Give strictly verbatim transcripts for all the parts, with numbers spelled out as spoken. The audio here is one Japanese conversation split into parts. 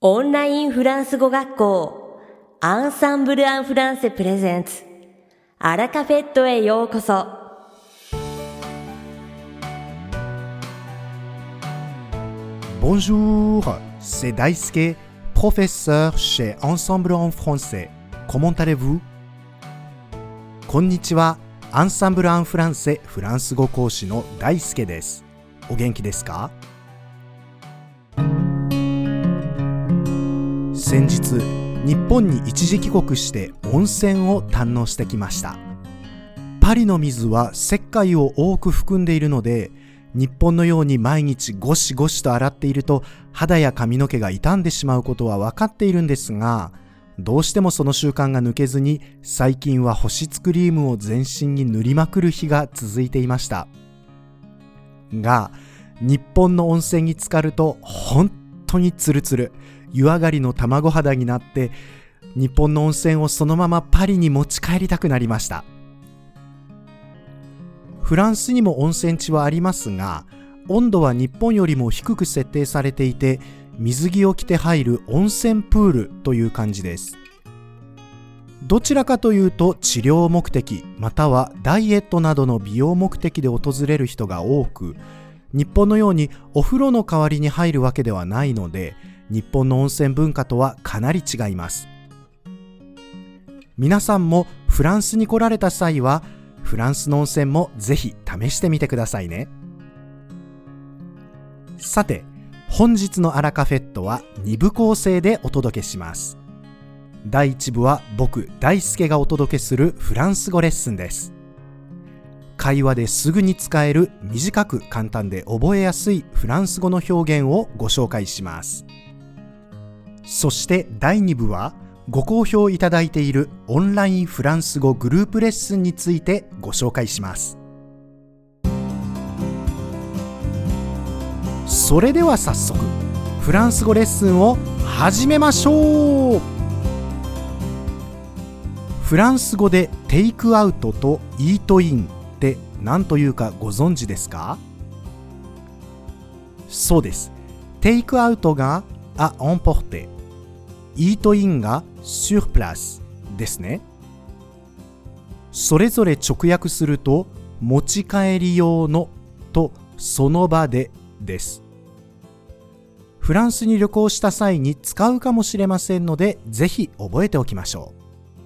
オンラインフランス語学校アンサンブル・アン・フランセプレゼンツアラカフェットへようこそ。 Bonjour, c'est Daisuke, professeur chez Ensemble en français. Comment allez-vous? こんにちは、アンサンブル・アン・フランセフランス語講師の大輔です。お元気ですか？先日、日本に一時帰国して温泉を堪能してきました。パリの水は石灰を多く含んでいるので、日本のように毎日ゴシゴシと洗っていると肌や髪の毛が傷んでしまうことは分かっているんですが、どうしてもその習慣が抜けずに、最近は保湿クリームを全身に塗りまくる日が続いていました。が、日本の温泉に浸かると本当にツルツル、湯上がりの卵肌になって、日本の温泉をそのままパリに持ち帰りたくなりました。フランスにも温泉地はありますが、温度は日本よりも低く設定されていて、水着を着て入る温泉プールという感じです。どちらかというと治療目的、またはダイエットなどの美容目的で訪れる人が多く、日本のようにお風呂の代わりに入るわけではないので、日本の温泉文化とはかなり違います。皆さんもフランスに来られた際は、フランスの温泉もぜひ試してみてくださいね。さて、本日のアラカフェットはに部構成でお届けします。だいいち部は僕大輔がお届けするフランス語レッスンです。会話ですぐに使える短く簡単で覚えやすいフランス語の表現をご紹介します。そしてだいに部はご好評いただいているオンラインフランス語グループレッスンについてご紹介します。それでは早速フランス語レッスンを始めましょう。フランス語でテイクアウトとイートインって何というかご存知ですか？そうです。テイクアウトがà emporter、イートインが sur place ですね。それぞれ直訳すると持ち帰り用のとその場でです。フランスに旅行した際に使うかもしれませんので、ぜひ覚えておきましょう。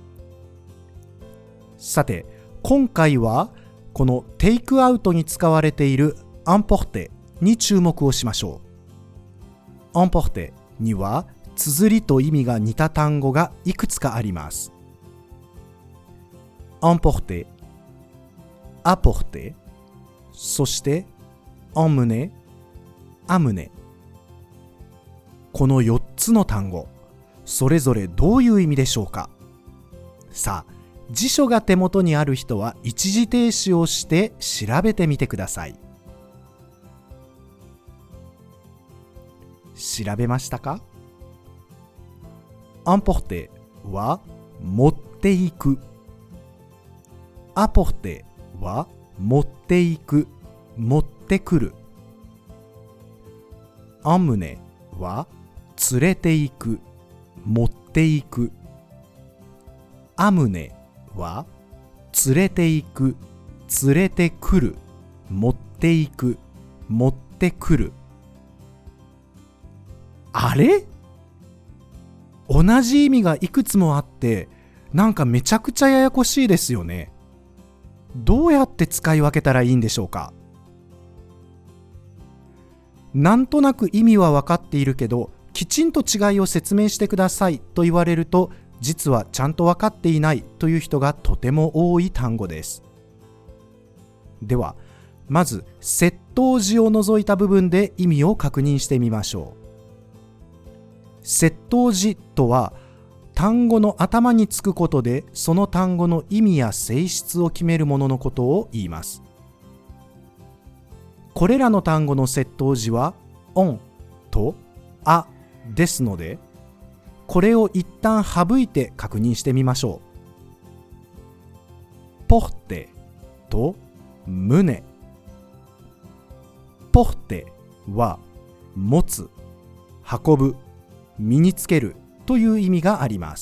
さて、今回はこのテイクアウトに使われている emporter に注目をしましょう。emporter には綴りと意味が似た単語がいくつかあります。emporter、apporter、そして emmener、amener。このよっつの単語、それぞれどういう意味でしょうか？さあ、辞書が手元にある人は一時停止をして調べてみてください。調べましたか？emporter は持っていく。apporter は持っていく、持ってくる。emmener は連れていく、持っていく。amener は連れていく、連れてくる、持っていく、持ってくる。あれ？同じ意味がいくつもあって、なんかめちゃくちゃややこしいですよね。どうやって使い分けたらいいんでしょうか？なんとなく意味は分かっているけど、きちんと違いを説明してくださいと言われると、実はちゃんと分かっていないという人がとても多い単語です。では、まず接頭辞を除いた部分で意味を確認してみましょう。接頭辞とは、単語の頭につくことでその単語の意味や性質を決めるもののことを言います。これらの単語の接頭辞は on と a ですので、これを一旦省いて確認してみましょう。porter と mener。porter は持つ、運ぶ、 身につけるという意味があります。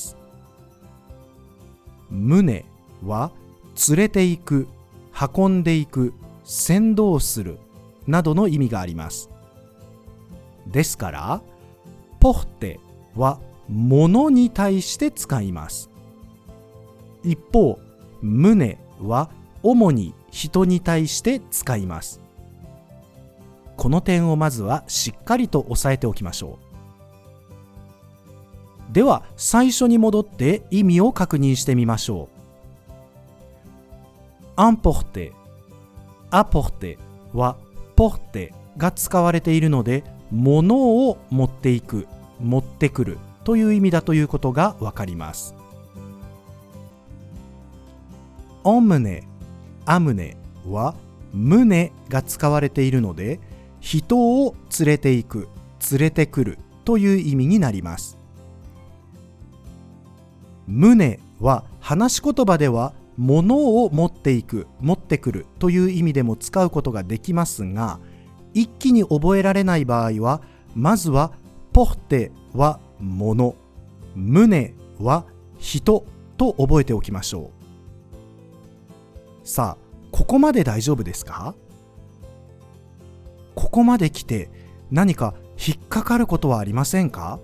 棟は連れて行く、運んでいく、先導するなどの意味があります。ですから、ポルテは物に対して使います。一方、棟は主に人に対して使います。この点をまずはしっかりと押さえておきましょう。では最初に戻って意味を確認してみましょう。アンポルテ、アポルテはポルテが使われているので、物を持っていく、持ってくるという意味だということがわかります。オムネ、アムネは棟が使われているので、人を連れていく、連れてくるという意味になります。棟は話し言葉では物を持っていく、持ってくるという意味でも使うことができますが、一気に覚えられない場合は、まずはポルテは物、棟は人と覚えておきましょう。さあ、ここまで大丈夫ですか？ここまで来て何か引っかかることはありませんか？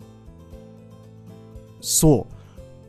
そう、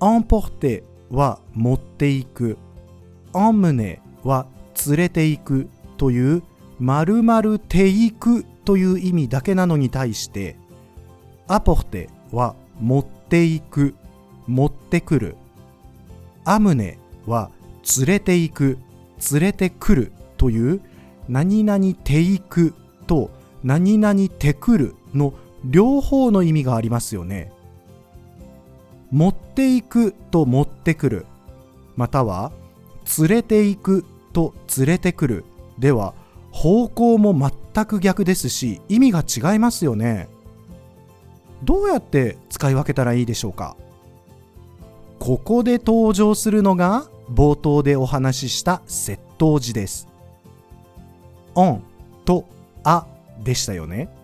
アンポルテは持っていく、アンムネは連れていくという丸々ていくという意味だけなのに対して、アポルテは持っていく、持ってくる、アムネは連れていく、連れてくるという何々ていくと何々てくるの両方の意味がありますよね。持っていくと持ってくる、または連れていくと連れてくるでは方向も全く逆ですし、意味が違いますよね。どうやって使い分けたらいいでしょうか？ここで登場するのが冒頭でお話しした接頭辞です。オンとアでしたよね。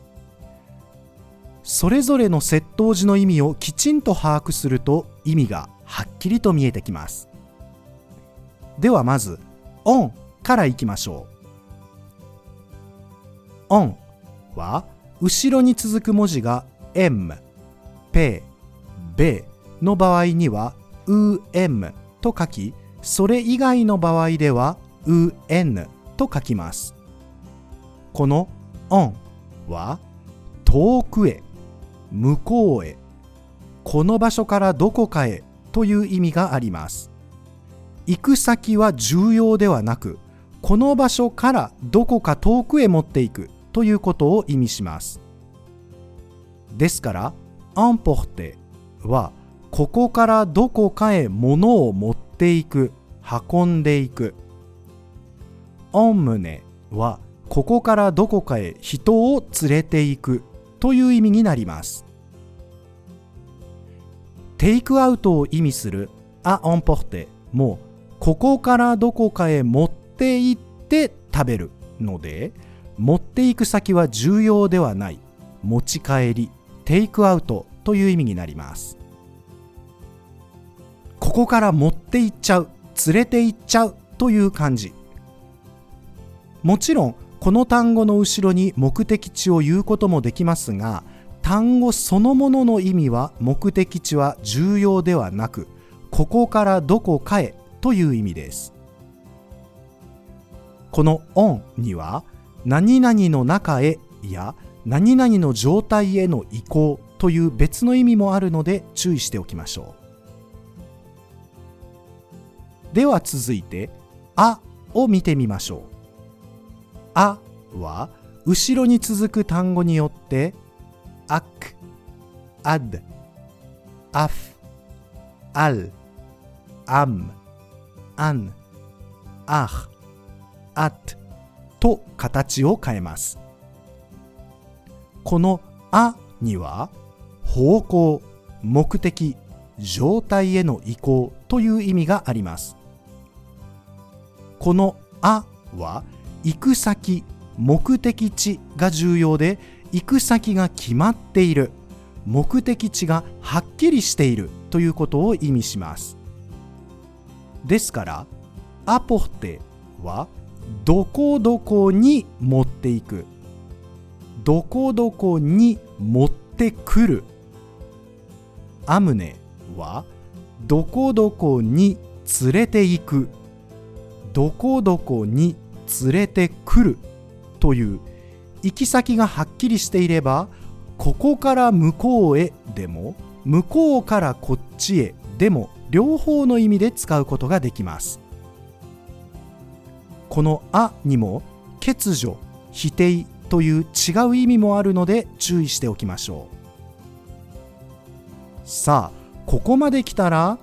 それぞれの接頭辞の意味をきちんと把握すると意味がはっきりと見えてきます。ではまずオンからいきましょう。オンは後ろに続く文字が M、P、B の場合には ウエム と書き、それ以外の場合では ウエヌ と書きます。このオンは遠くへ、向こうへ、この場所からどこかへという意味があります。行く先は重要ではなく、この場所からどこか遠くへ持っていくということを意味します。ですからアンポルテはここからどこかへ物を持っていく、運んでいく。オンムネはここからどこかへ人を連れていくという意味になります。テイクアウトを意味するア・オンポルテもここからどこかへ持って行って食べるので、持っていく先は重要ではない、持ち帰り、テイクアウトという意味になります。ここから持って行っちゃう、連れて行っちゃうという感じ。もちろんこの単語の後ろに目的地を言うこともできますが、単語そのものの意味は目的地は重要ではなく、ここからどこかへという意味です。このオンには何々の中へや何々の状態への移行という別の意味もあるので注意しておきましょう。では続いてあを見てみましょう。あは後ろに続く単語によってアク、アド、アフ、アル、アム、アン、アフ、アトと形を変えます。このあには方向、目的、状態への移行という意味があります。このあは行く先、目的地が重要で、行く先が決まっている、 目的地がはっきりしているということを意味します。ですから、アポルテはどこどこに持っていく、どこどこに持ってくる。アムネはどこどこに連れて行く、どこどこに連れてくるという行き先がはっきりしていれば、ここから向こうへでも向こうからこっちへでも両方の意味で使うことができます。このあにも欠如、否定という違う意味もあるので注意しておきましょう。さあ、ここまで来たら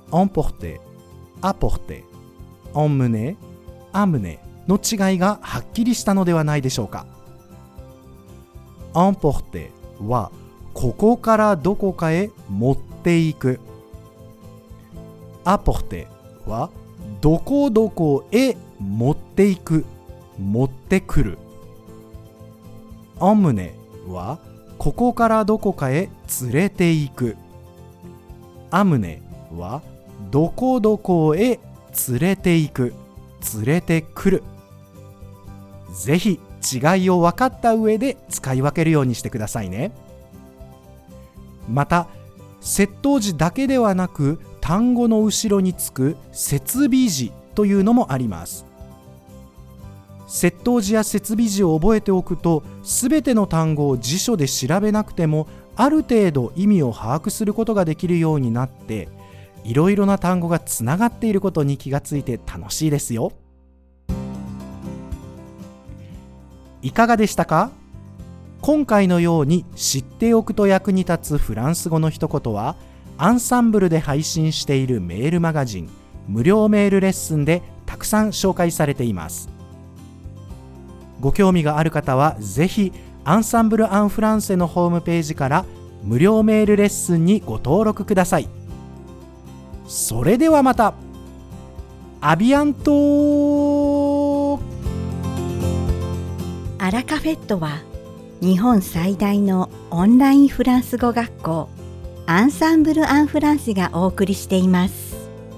emporter、apporter、emmener、amenerの違いがはっきりしたのではないでしょうか。emporterはここからどこかへ持っていく。apporterはどこどこへ持っていく、持ってくる。emmenerはここからどこかへ連れていく。amenerはどこどこへ連れていく、連れてくる。ぜひ違いを分かった上で使い分けるようにしてくださいね。また、接頭辞だけではなく、単語の後ろにつく接尾辞というのもあります。接頭辞や接尾辞を覚えておくと、すべての単語を辞書で調べなくても、ある程度意味を把握することができるようになって、いろいろな単語がつながっていることに気がついて楽しいですよ。いかがでしたか？今回のように知っておくと役に立つフランス語の一言は、アンサンブルで配信しているメールマガジン、無料メールレッスンでたくさん紹介されています。ご興味がある方はぜひアンサンブル・アン・フランセのホームページから無料メールレッスンにご登録ください。それではまた。アビアント。 アラカフェットは日本最大のオンラインフランス語学校アンサンブル・アン・フランセがお送りしています。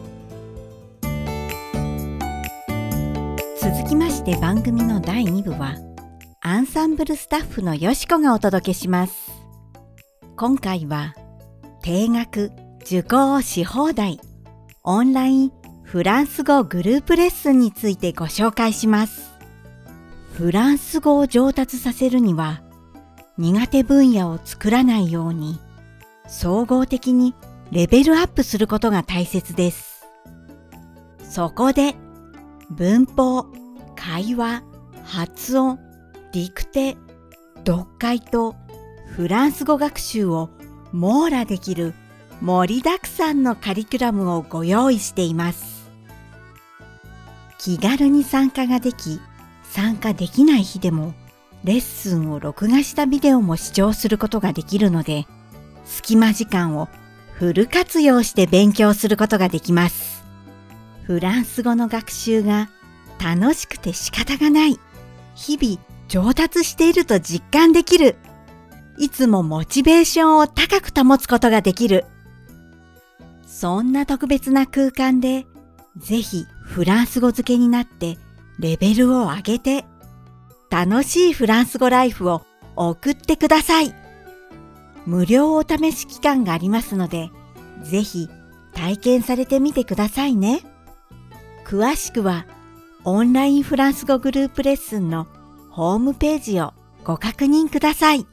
続きまして番組のだいに部はアンサンブルスタッフのよしこがお届けします。今回は定額受講し放題オンラインフランス語グループレッスンについてご紹介します。フランス語を上達させるには苦手分野を作らないように総合的にレベルアップすることが大切です。そこで文法、会話、発音、ディクテ、読解とフランス語学習を網羅できる盛りだくさんのカリキュラムをご用意しています。気軽に参加ができ、参加できない日でもレッスンを録画したビデオも視聴することができるので、隙間時間をフル活用して勉強することができます。フランス語の学習が楽しくて仕方がない、日々上達していると実感できる、いつもモチベーションを高く保つことができる、そんな特別な空間でぜひフランス語漬けになってレベルを上げて楽しいフランス語ライフを送ってください。無料お試し期間がありますので、ぜひ体験されてみてくださいね。詳しくはオンラインフランス語グループレッスンのホームページをご確認ください。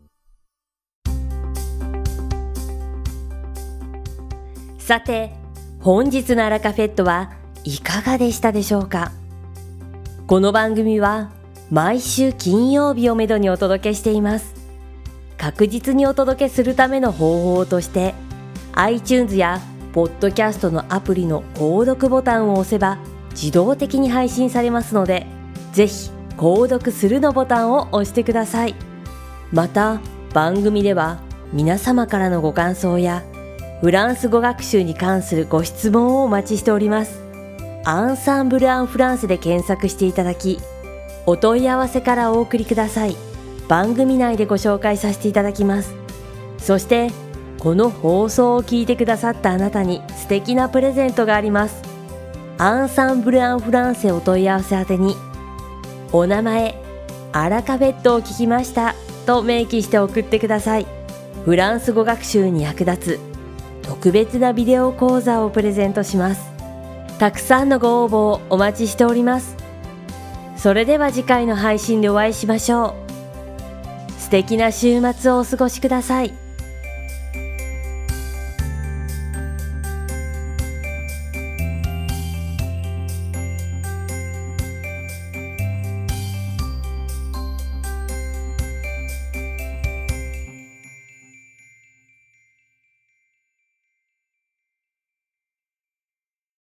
さて、本日のアラカフェットはいかがでしたでしょうか。この番組は毎週金曜日をめどにお届けしています。確実にお届けするための方法として iTunes やポッドキャストのアプリの購読ボタンを押せば自動的に配信されますので、ぜひ購読するのボタンを押してください。また番組では皆様からのご感想やフランス語学習に関するご質問をお待ちしております。アンサンブル・アン・フランセで検索していただき、お問い合わせからお送りください。番組内でご紹介させていただきます。 そしてこの放送を聞いてくださったあなたに素敵なプレゼントがあります。アンサンブル・アン・フランセお問い合わせ宛てに、お名前、アラカフェットを聞きましたと明記して送ってください。フランス語学習に役立つ特別なビデオ講座をプレゼントします。たくさんのご応募をお待ちしております。それでは次回の配信でお会いしましょう。素敵な週末をお過ごしください。